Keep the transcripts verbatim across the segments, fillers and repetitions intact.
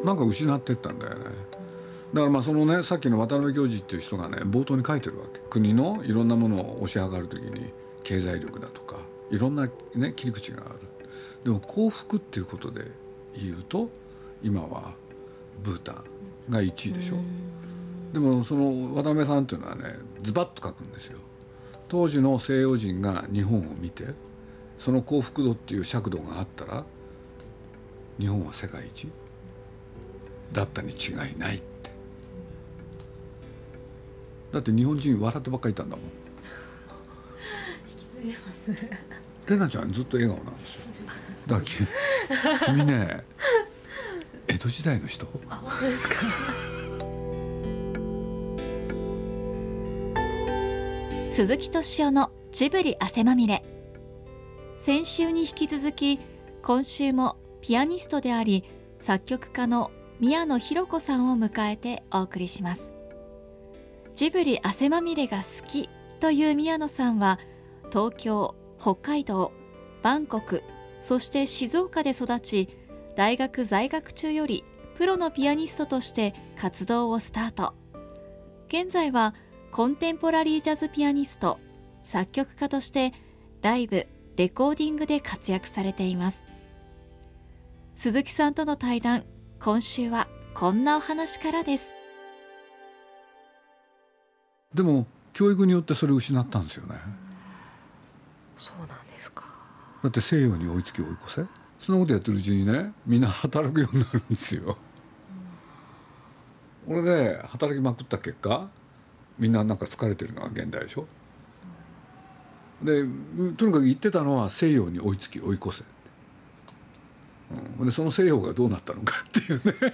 なんか失ってったんだよね。だからまあそのね、さっきの渡辺教授っていう人がね冒頭に書いてるわけ。国のいろんなものを推し上がるときに経済力だとかいろんな、ね、切り口がある。でも幸福っていうことで言うと今はブータンがいちいでしょ。でもその渡辺さんっていうのはねズバッと書くんですよ。当時の西洋人が日本を見てその幸福度っていう尺度があったら日本は世界一だったに違いないって。だって日本人笑ってばっかりいたんだもん。 引き継いでますレナちゃんずっと笑顔なんですよ。だから君ね江戸時代の人。 あ、本当ですか鈴木敏夫のジブリ汗まみれ。先週に引き続き今週もピアニストであり作曲家の宮野博子さんを迎えてお送りします。ジブリ汗まみれが好きという宮野さんは東京、北海道、バンコク、そして静岡で育ち、大学在学中よりプロのピアニストとして活動をスタート。現在はコンテンポラリージャズピアニスト、作曲家としてライブ、レコーディングで活躍されています。鈴木さんとの対談、今週はこんなお話からです。 でも教育によってそれを失ったんですよね。 そうなんですか。 だって西洋に追いつき追い越せ、そんなことやってるうちにねみんな働くようになるんですよ。うん、俺で働きまくった結果みんななんか疲れてるのが現代でしょ。でとにかく言ってたのは西洋に追いつき追い越せ、うん、でその西洋がどうなったのかっていうね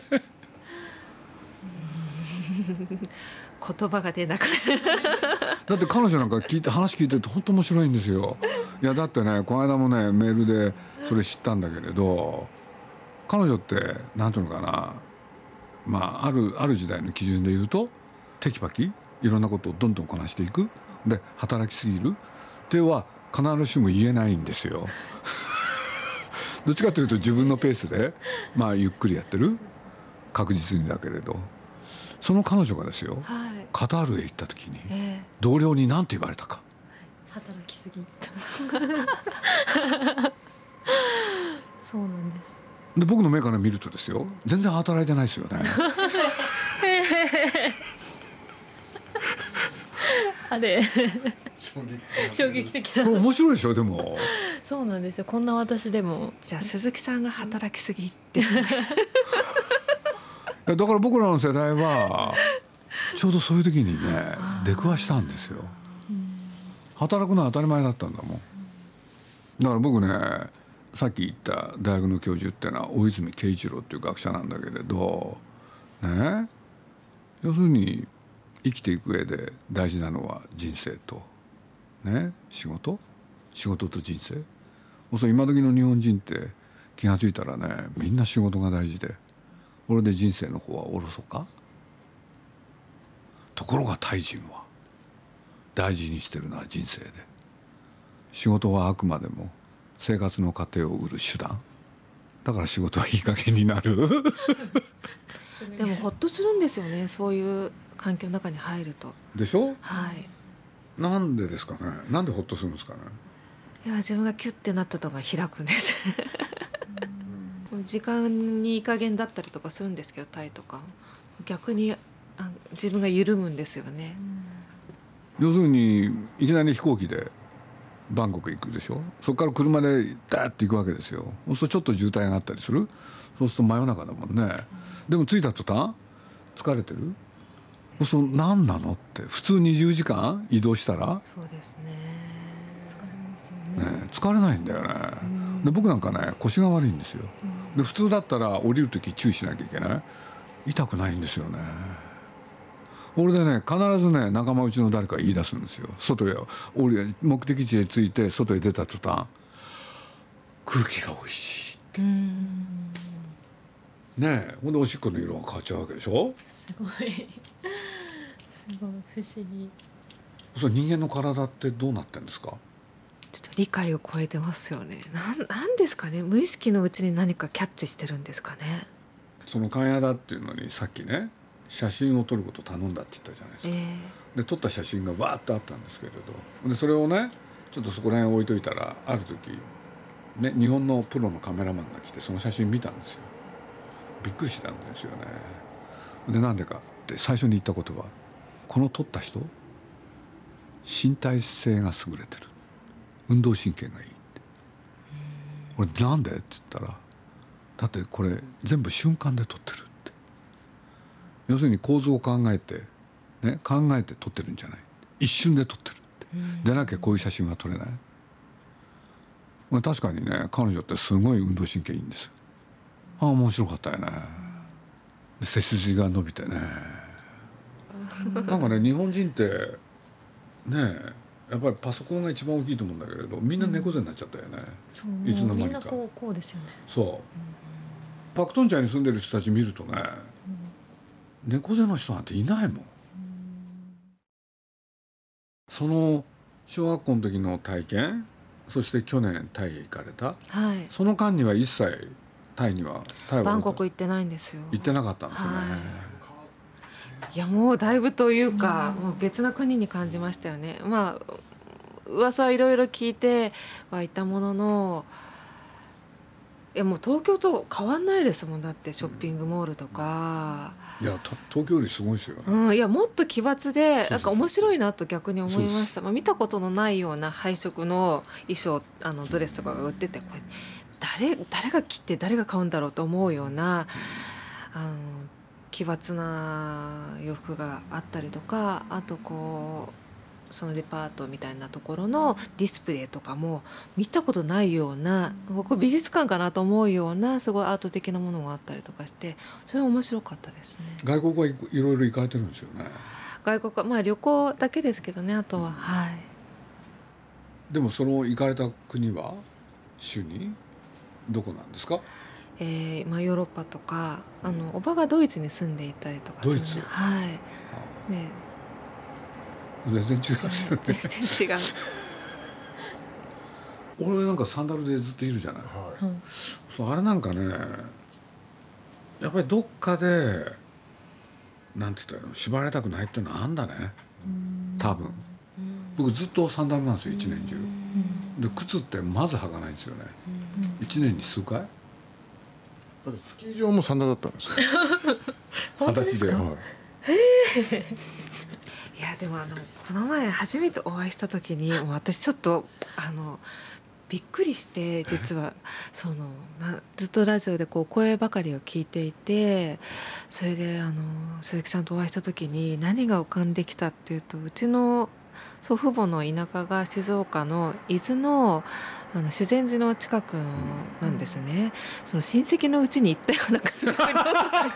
言葉が出なくなるだって彼女なんか聞いて話聞いてると本当面白いんですよ。いやだってねこの間もねメールでそれ知ったんだけれど、彼女ってなんていうのかな、まああるある時代の基準で言うとテキパキいろんなことをどんどんこなしていく。で働きすぎるっては必ずしも言えないんですよどっちかというと自分のペースでまあゆっくりやってる、確実にだけれど。その彼女がですよ、はい、カタールへ行った時に、えー、同僚に何て言われたか。 働きすぎそうなんです。 で僕の目から見るとですよ、全然働いてないですよねあれ衝撃的な面白いでしょ。でもそうなんですよ。こんな私でもじゃあ鈴木さんが働きすぎですねだから僕らの世代はちょうどそういう時にね出くわしたんですよ。働くのは当たり前だったんだもん。だから僕ねさっき言った大学の教授っていうのは大泉慶一郎っていう学者なんだけれどね、要するに生きていく上で大事なのは人生とね仕事仕事と人生。そう今時の日本人って気が付いたらねみんな仕事が大事で、これで人生の方はおろそか。ところがタイ人は大事にしてるのは人生で、仕事はあくまでも生活の糧を売る手段だから仕事はいい加減になるでもほっとするんですよね、そういう環境の中に入ると。 でしょ。 はい。 なんでですかね。なんでほっとするんですかね。 いや自分がキュッてなったのが開くんです時間にいい加減だったりとかするんですけど、タイとか逆にあ自分が緩むんですよね。 要するにいきなり飛行機でバンコク行くでしょ。そこから車でダーッと行くわけですよ。そうするとちょっと渋滞があったりする。そうすると真夜中だもんね、うん、でも着いた途端疲れてる。そうすると何なのって普通にじゅうじかん移動したらそうですね、 疲れますよね。ね疲れないんだよね、うん、で僕なんかね腰が悪いんですよ、うん、で普通だったら降りる時注意しなきゃいけない。痛くないんですよね。俺でね必ずね仲間内の誰か言い出すんですよ。外へ俺目的地へ着いて外へ出た途端空気が美味しいって。うんねえ、ほんでおしっこの色が変わっちゃうわけでしょ。 すごいすごい不思議。 それ人間の体ってどうなってんですか。 ちょっと理解を超えてますよね。なんなんですかね。無意識のうちに何かキャッチしてるんですかね。 その関谷田っていうのにさっきね写真を撮ることを頼んだって言ったじゃないですか、えー、で撮った写真がわーっとあったんですけれど、でそれをねちょっとそこら辺置いといたら、ある時、ね、日本のプロのカメラマンが来てその写真見たんですよ。びっくりしたんですよね。でなんでかって最初に言った言葉、この撮った人身体性が優れてる、運動神経がいいって。俺なんでって言ったら、だってこれ全部瞬間で撮ってるって。要するに構図を考えて、ね、考えて撮ってるんじゃない、一瞬で撮ってるって。でなきゃこういう写真は撮れない。確かにね、彼女ってすごい運動神経いいんですよ。ああ面白かったよね。背筋が伸びてねなんかね、日本人ってね、やっぱりパソコンが一番大きいと思うんだけれど、みんな猫背になっちゃったよね、うん、いつの間にか。みんなこう、こうですよね。 そう、うん、パクトンチャンに住んでる人たち見るとね、うん、猫背の人なんていないもん、うん、その小学校の時の体験、そして去年タイへ行かれた、はい、その間には一切タイにはタイはバンコク行ってないんですよ。 行ってなかったんですよね、はい、 いやもうだいぶというか、うん、もう別な国に感じましたよね。まあ噂はいろいろ聞いてはいたものの、いやもう東京と変わんないですもん。だってショッピングモールとか、 うん、いや東京よりすごいですよね、 うん、いやもっと奇抜でなんか面白いなと逆に思いました。まあ、見たことのないような配色の衣装、あのドレスとかが売ってて、これ誰, 誰が着て誰が買うんだろうと思うような、あの奇抜な洋服があったりとか、あとこうそのデパートみたいなところのディスプレイとかも見たことないような、ここ美術館かなと思うようなすごいアート的なものがあったりとかして、それは面白かったですね。 外国はいろいろ行かれてるんですよね。 外国はまあ旅行だけですけどね、あとは、うん、はい。 でもその行かれた国は主にどこなんですか？ えーまあ、ヨーロッパとか、あのおばがドイツに住んでいたりとかするんで、 ドイツ、 はい、ね、 全然違いますよね。 全然違う俺なんかサンダルでずっといるじゃない、はい、そうあれなんかね、やっぱりどっかでなんて言ったら縛られたくないっていうのはあんだね、多分。僕ずっとサンダルなんですよ、一年中で。靴ってまず履かないんですよね、一年に数回。だってスキー場もサンダルだったんですよ本当ですか？ 裸足で、はい、 いやでもあのこの前初めてお会いした時に、もう私ちょっとあのびっくりして、実はそのなずっとラジオでこう声ばかりを聞いていて、それであの鈴木さんとお会いした時に何が浮かんできたっていうと、うちの祖父母の田舎が静岡の伊豆のあの修善寺の近くなんですね。その親戚のうちに行ったような感じがあり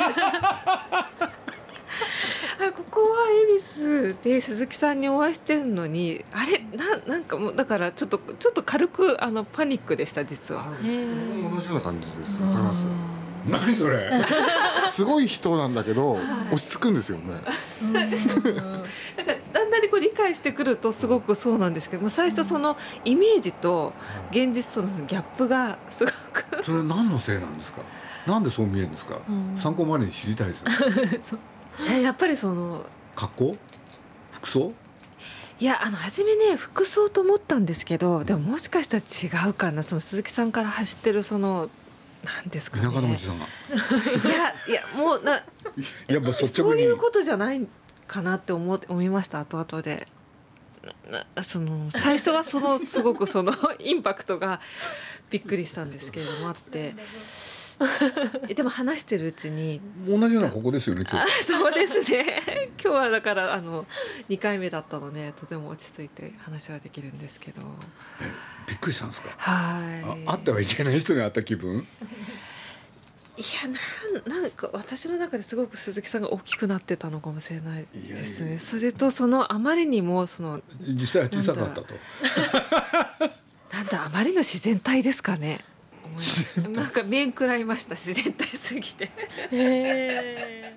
ますここは恵比寿で鈴木さんにお会いしてるのに、あれ な, なんかもうだからちょっとちょっと軽くあのパニックでした、実は。 同じような感じです。わかります。 何それすごい人なんだけど落ち着くんですよね。 なんかだんだんにこう理解してくるとすごくそうなんですけども、最初そのイメージと現実とのギャップがすごくそれ何のせいなんですか？なんでそう見えるんですか？参考までに知りたいですよえやっぱりその格好、服装。 いやあの初めね服装と思ったんですけど、でももしかしたら違うかな、その鈴木さんから走ってるそのなんですかね、 田舎のおじさんがいやいやもうなやっぱ率直にそういうことじゃないかなって思思いました、後々で。その最初はそのすごくそのインパクトがびっくりしたんですけれどもあってでも話してるうちに同じようなここですよね今日。 そうですね今日はだからあのにかいめだったのでとても落ち着いて話はできるんですけど。 びっくりしたんですか？ はい。 あ、会ってはいけない人に会った気分。 いや な, なんか私の中ですごく鈴木さんが大きくなってたのかもしれないですね。いやいや、それとそのあまりにもその実際は小さかったとなんだあまりの自然体ですかね。なんか面食らいました、自然体すぎてへ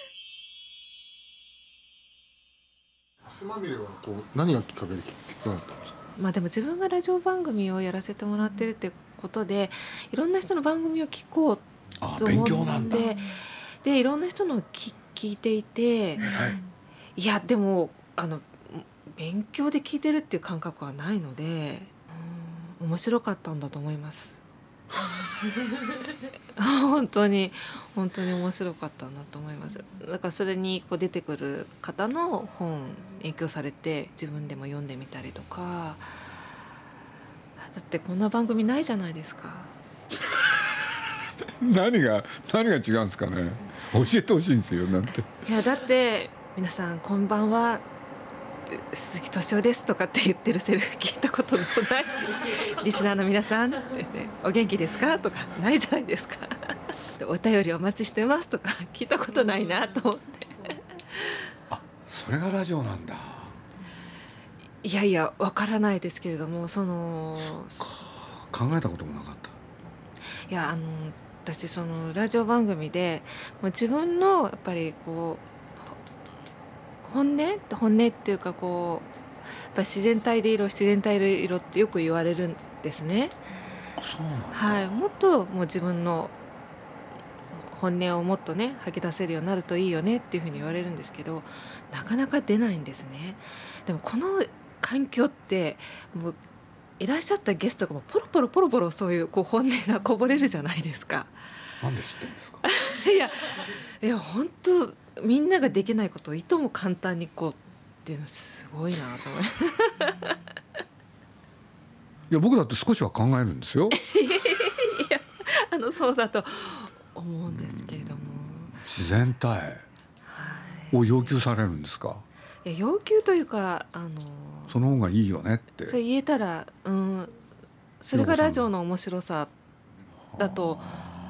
汗まみれはこう何がきっかけで聞くようになったんですか？ まあでも自分がラジオ番組をやらせてもらってるってことで、いろんな人の番組を聞こうあと思って勉強なんだ。 でいろんな人の聞聞いていて、 偉い。 いやでもあの勉強で聞いてるっていう感覚はないので、うん、面白かったんだと思います本当に本当に面白かったんだと思います。だからそれにこう出てくる方の本影響されて自分でも読んでみたりとか、だってこんな番組ないじゃないですか何が何が違うんですかね。教えてほしいんですよ。なんて。 いやだって皆さんこんばんは鈴木敏夫ですとかって言ってるセリフ聞いたことないしリスナーの皆さんって言ってお元気ですかとかないじゃないですかお便りお待ちしてますとか聞いたことないなと思ってあ、それがラジオなんだ。 いやいやわからないですけれども、その考えたこともなかった。 いやあの私そのラジオ番組でもう自分のやっぱりこう本音本音っていうかこうやっぱ自然体で色自然体で色ってよく言われるんですね。 そうなんだ。 はい、もっともう自分の本音をもっとね吐き出せるようになるといいよねっていうふうに言われるんですけど、なかなか出ないんですね。でもこの環境ってもういらっしゃったゲストがもうポロポロポロポロそういうこう本音がこぼれるじゃないですか。 なんで知ってるんですか。 いやいや本当みんなができないことをいとも簡単にこうっていうのすごいなと思いいや僕だって少しは考えるんですよ。 いやあのそうだと思うんですけれども、 自然体を要求されるんですか。 いや要求というかあのその方がいいよねって。 それ言えたら、うん、それがラジオの面白さだと。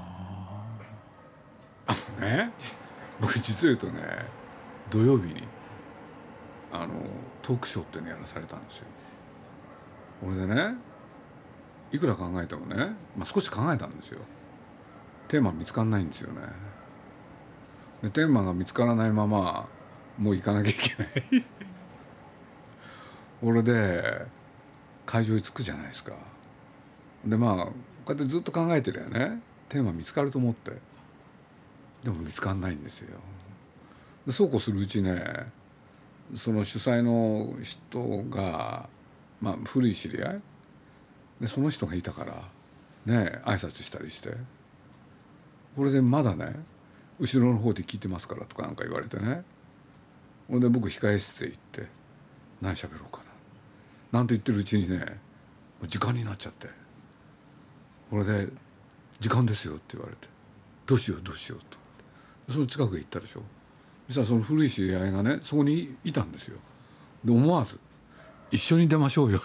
あのね、僕実を言うとね土曜日にあのトークショーっていうのやらされたんですよ。俺でねいくら考えてもね、まあ、少し考えたんですよ。テーマ見つかんないんですよね。でテーマが見つからないままもう行かなきゃいけない俺で会場に着くじゃないですか。でまあこうやってずっと考えてるよね、テーマ見つかると思って。でも見つかんないんですよ。でそうこうするうちね、その主催の人がまあ古い知り合いで、その人がいたからね挨拶したりして、これでまだね後ろの方で聞いてますからとかなんか言われてね、ほんで僕控え室へ行って何喋ろうかななんて言ってるうちにね時間になっちゃって、これで時間ですよって言われて、どうしようどうしようとその近くへ行ったでしょ。そしたらその古い知り合いがねそこにいたんですよ。で思わず一緒に出ましょうよって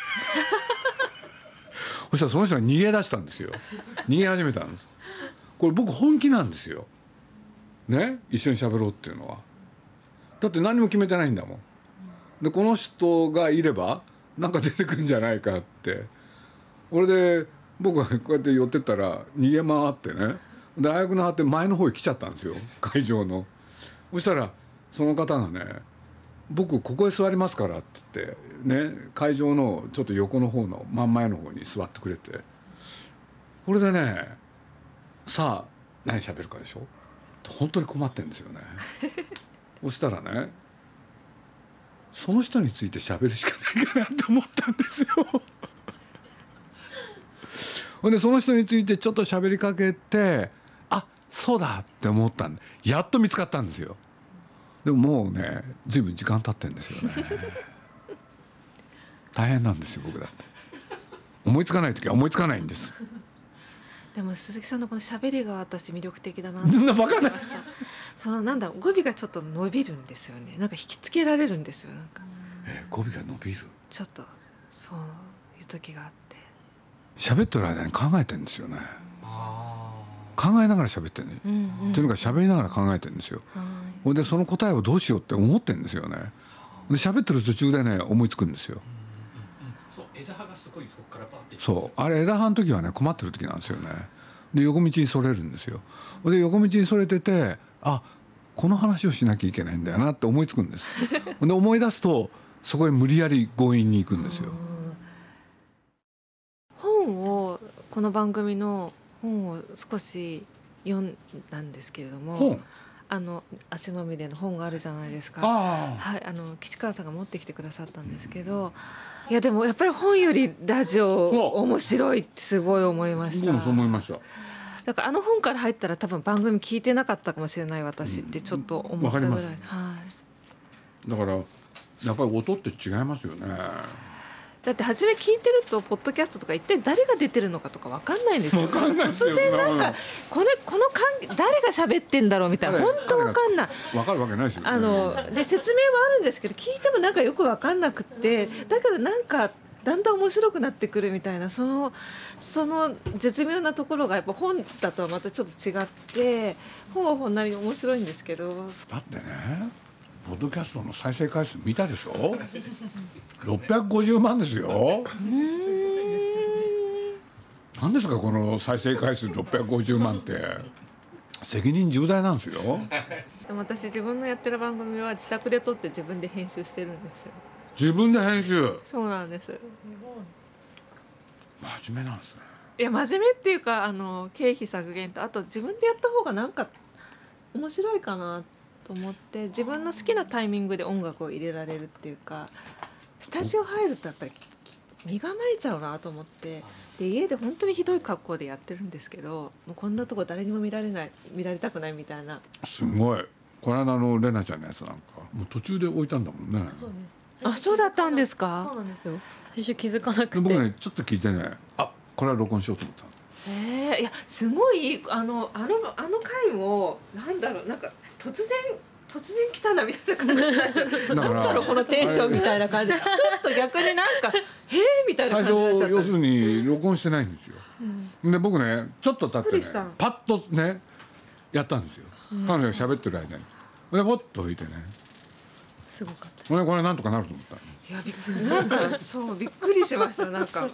そしたらその人が逃げ出したんですよ。逃げ始めたんです。これ僕本気なんですよね、一緒に喋ろうっていうのは。だって何も決めてないんだもん。でこの人がいればなんか出てくるんじゃないかって、俺で僕はこうやって寄ってったら逃げ回ってね、大学の果て前の方へ来ちゃったんですよ、会場の。そしたらその方がね「僕ここへ座りますから」って言ってね、会場のちょっと横の方の真ん前の方に座ってくれて、これでねさあ何喋るかでしょ。本当に困ってんですよねそしたらねその人について喋るしかないかなと思ったんですよほんでその人についてちょっと喋りかけて、あそうだって思ったんでやっと見つかったんですよ。でももうね随分時間経ってんですよね大変なんですよ僕だって。思いつかない時は思いつかないんです。 でも鈴木さんのこの喋りが私魅力的だなとそんな思いました。 バカなそのなんだ語尾がちょっと伸びるんですよね。なんか引きつけられるんですよ。なんかえ語尾が伸びる。 ちょっとそういう時があって、 喋ってる間に考えてるんですよね。考えながら喋ってるね、 うんうん、 というか喋りながら考えてるんですよ。ほんでその答えをどうしようって思ってるんですよね。で喋ってる途中でね思いつくんですよ。 そう枝葉がすごいここからパッて。 そうあれ枝葉の時はね困ってる時なんですよね。で横道にそれるんですよ。で横道にそれてて、あこの話をしなきゃいけないんだよなって思いつくんですで思い出すとそこへ無理やり強引に行くんですよ。 本をこの番組の本を少し読んだんですけれども、 本あの汗まみれの本があるじゃないですか。 あはい、あの岸川さんが持ってきてくださったんですけど、いやでもやっぱり本よりラジオ面白いってすごい思いました。 僕もそう思いました。 だからあの本から入ったら多分番組聞いてなかったかもしれない私ってちょっと思ったぐらい、 わかりますはい、 だからやっぱり音って違いますよね。 だって初め聞いてるとポッドキャストとか一体誰が出てるのかとか分かんないんですよ。 分かんないですよ突然なんかこれこの関誰が喋ってんだろうみたいな、本当分かんない。 分かるわけないですよね。 あので説明はあるんですけど聞いてもなんかよく分かんなくって、だけどなんかだんだん面白くなってくるみたいな、そのその絶妙なところがやっぱ本だとはまたちょっと違って、本は本なりに面白いんですけど。 だってね、ポッドキャストの再生回数見たでしょろっぴゃくごじゅうまんですよ。何ですかこの再生回数ろっぴゃくごじゅうまんって。責任重大なんですよ。 でも私自分のやってる番組は自宅で撮って自分で編集してるんですよ。 自分で編集。 そうなんです。 真面目なんですね。 いや真面目っていうか、あの経費削減と、あと自分でやった方がなんか面白いかなと思って、自分の好きなタイミングで音楽を入れられるっていうか、スタジオ入るとやっぱり身構えちゃうなと思って、で家で本当にひどい格好でやってるんですけど、もうこんなとこ誰にも見られない見られたくないみたいな。 すごい。この間のレナちゃんのやつなんかもう途中で置いたんだもんね。 そうです。 あ、そうだったんですか。 そうなんですよ。最初気づかなくて。 僕ねちょっと聞いてね、あ、これは録音しようと思ったの。 えー、いやすごいあのあのあの回もなんだろう、なんか突然突然来たなみたいな感じで、なんだろうこのテンションみたいな感じで、ちょっと逆になんかへえみたいな感じになっちゃった。 最初要するに録音してないんですよ、うん、で僕ねちょっと経ってねパッとねやったんですよ、うん、彼女が喋ってる間にでポッと置いてね、 すごかった。 これこれなんとかなると思った。 いやびっくり、なんかそうびっくりしました。なんか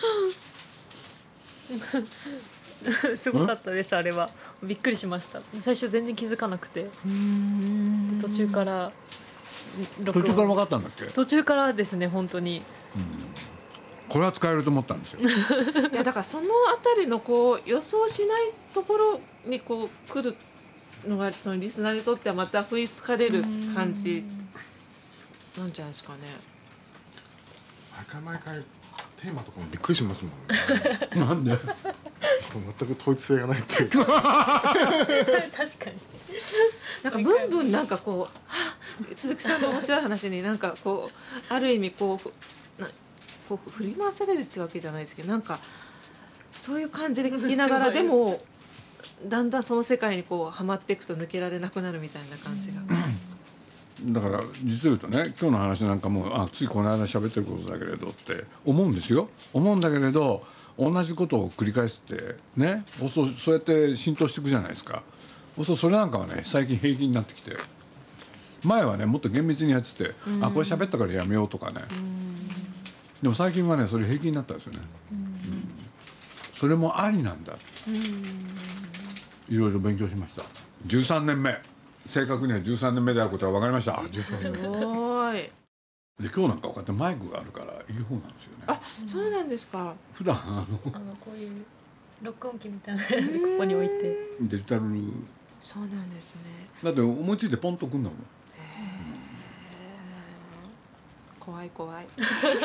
すごかったですあれは。びっくりしました。最初全然気づかなくて、途中から途中から分かったんだっけ。 途中からですね本当に、 うん、これは使えると思ったんですよ。 いやだからそのあたりのこう予想しないところにこう来るのがそのリスナーにとってはまた不意つかれる感じなんじゃないですかね。 毎回毎回テーマとかもびっくりしますもんね。 なんで全く統一性がないっていうか。 確かになんかブンブンなんかこう鈴木さんの面白い話になんかこうある意味こうなこう振り回されるってわけじゃないですけど、なんかそういう感じで聞きながらでもだんだんその世界にこうはまっていくと抜けられなくなるみたいな感じが。 だから実を言うとね、今日の話なんかもあついこの間喋ってることだけれどって思うんですよ。思うんだけれど同じことを繰り返すってね、そうそうやって浸透していくじゃないですか。そうそれなんかはね最近平気になってきて、前はねもっと厳密にやってて、あこれ喋ったからやめようとかね。でも最近はねそれ平気になったんですよね。うん、それもありなんだ。いろいろ勉強しました。じゅうさんねんめ。正確にはじゅうさんねんめであることが分かりました。じゅうさんねんめ。 すごい。 で今日なんかこうやってマイクがあるからいい方なんですよね。 あ、そうなんですか。 普段あのあのこういう録音機みたいなのでここに置いてデジタル。 そうなんですね。 だって思いついてポンとくんだもん。 怖い怖い。い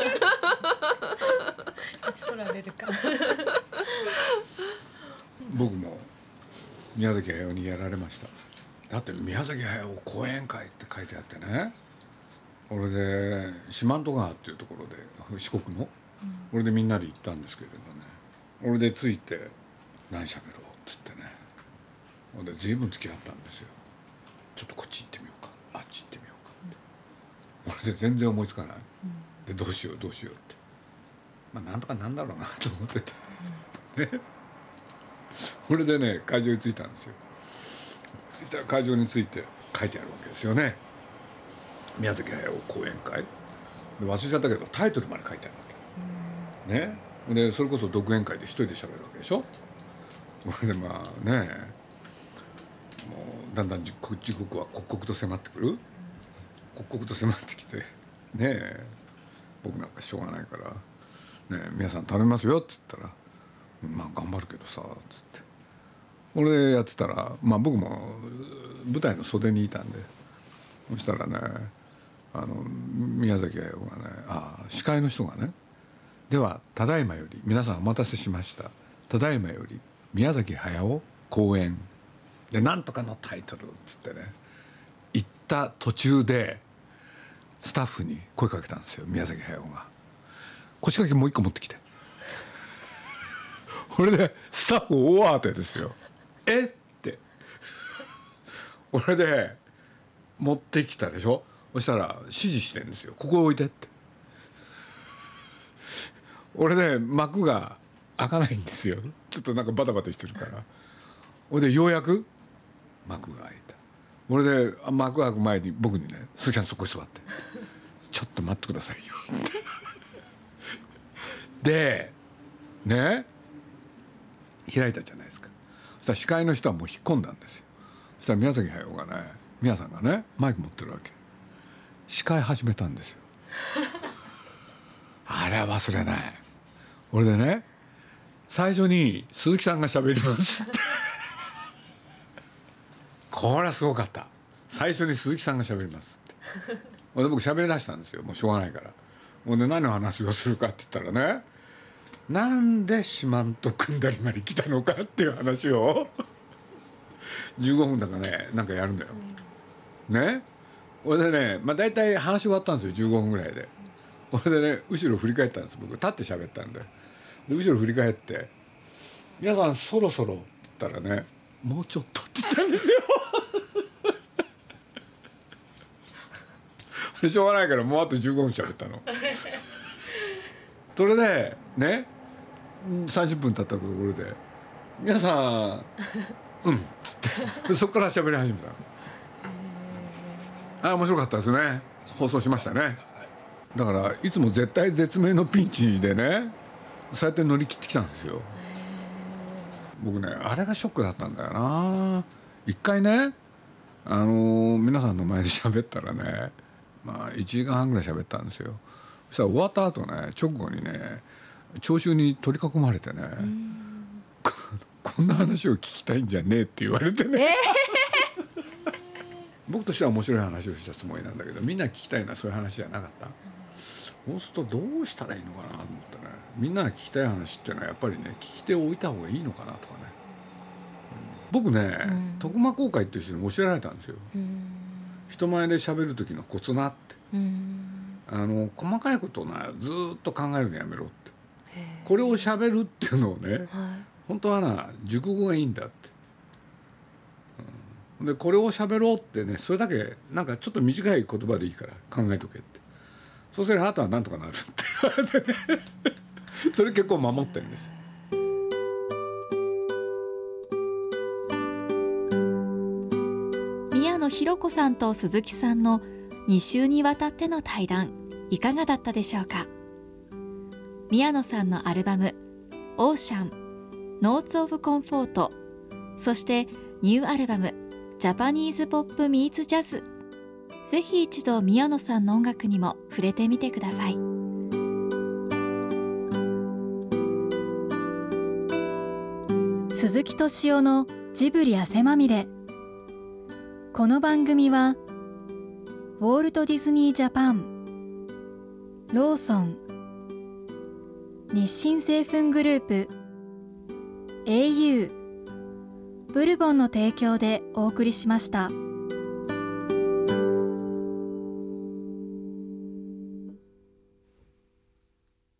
つ取られるか。 僕も宮崎駿にやられました。だって宮崎駿講演会って書いてあってね、俺で四万十川っていうところで四国の、うん、俺でみんなで行ったんですけれどね、俺で着いて何しゃべろうっつってね、俺で随分付き合ったんですよ。ちょっとこっち行ってみようか、あっち行ってみようかって、俺で全然思いつかない、うん、でどうしようどうしようって、まあなんとかなんだろうなと思ってて、うん、ね、これでね会場に着いたんですよ。そしたら会場に着いて書いてあるわけですよね。宮崎駿講演会で忘れちゃったけどタイトルまで書いてあるわけ、ね、でそれこそ独演会で一人で喋るわけでしょ。それでまあね、もうだんだん時刻は刻々と迫ってくる、刻々と迫ってきてねえ、僕なんかしょうがないから「ねえ皆さん頼みますよ」っつったら「まあ頑張るけどさ」っつって「 俺やってたら、まあ、僕も舞台の袖にいたんで、そしたらねあの宮崎駿がねあ司会の人がね「ではただいまより皆さんお待たせしました、ただいまより宮崎駿公演でなんとかのタイトル」っつってね行った途中でスタッフに声かけたんですよ、宮崎駿が。腰掛けもう一個持ってきてこれでスタッフ大慌てですよ。えって俺で持ってきたでしょ。そしたら指示してるんですよ、ここ置いてって。俺で幕が開かないんですよ、ちょっとなんかバタバタしてるから。俺でようやく幕が開いた。俺で幕開く前に僕にね「鈴木さんそこに座ってちょっと待ってくださいよ」でね開いたじゃないですか。そしたら司会の人はもう引っ込んだんですよ。そしたら宮崎駿がね宮さんがねマイク持ってるわけ。司会始めたんですよあれは忘れない。俺でね最初に「鈴木さんが喋ります」ってこれはすごかった。最初に鈴木さんが喋りますって俺で僕喋り出したんですよ、もうしょうがないから。もうね何の話をするかって言ったらね、なんで四万十くんだりまで来たのかっていう話をじゅうごふんだかねなんかやるんだよ、ね。俺でね、まあ、大体話終わったんですよじゅうごふんぐらいで。俺でね後ろ振り返ったんです、僕立って喋ったんで。で後ろ振り返って「皆さんそろそろ」って言ったらね「もうちょっと」って言ったんですよしょうがないからもうあとじゅうごふん喋ったのそれでねさんじゅっぷん経ったところで「皆さんうん」っつってそこから喋り始めた。あ面白かったですね。放送しましたね。だからいつも絶対絶命のピンチでねそうやって乗り切ってきたんですよ。僕ねあれがショックだったんだよな。一回ねあのー、皆さんの前で喋ったらねまあいちじかんはんぐらい喋ったんですよ。そしたら終わった後ね直後にね聴衆に取り囲まれてねこ, こんな話を聞きたいんじゃねえって言われてね、えー、僕としては面白い話をしたつもりなんだけどみんな聞きたいのはそういう話じゃなかった。そうするとどうしたらいいのかなと思ってね、みんなが聞きたい話っていうのはやっぱりね聞き手を置いた方がいいのかなとかね、うん、僕ね、うん、徳間公会っていう人に教えられたんですよ、うん、人前で喋る時のコツなって、うん、あの細かいことをねずっと考えるのやめろって、これを喋るっていうのをね、はい、本当はな熟語がいいんだって、うん、でこれを喋ろうってねそれだけなんかちょっと短い言葉でいいから考えとけって、そうすればあとはなんとかなるって言われてねそれ結構守ってるんですよ。 宮野博子さんと鈴木さんのに週にわたっての対談いかがだったでしょうか。宮野さんのアルバム「オーシャン」「ノーツ・オブ・コンフォート」そしてニューアルバム「ジャパニーズ・ポップ・ミーツ・ジャズ」、ぜひ一度宮野さんの音楽にも触れてみてください。鈴木敏夫のジブリ汗まみれ。この番組はウォルト・ディズニー・ジャパン、ローソン、日清製粉グループ、エーユー、ブルボンの提供でお送りしました。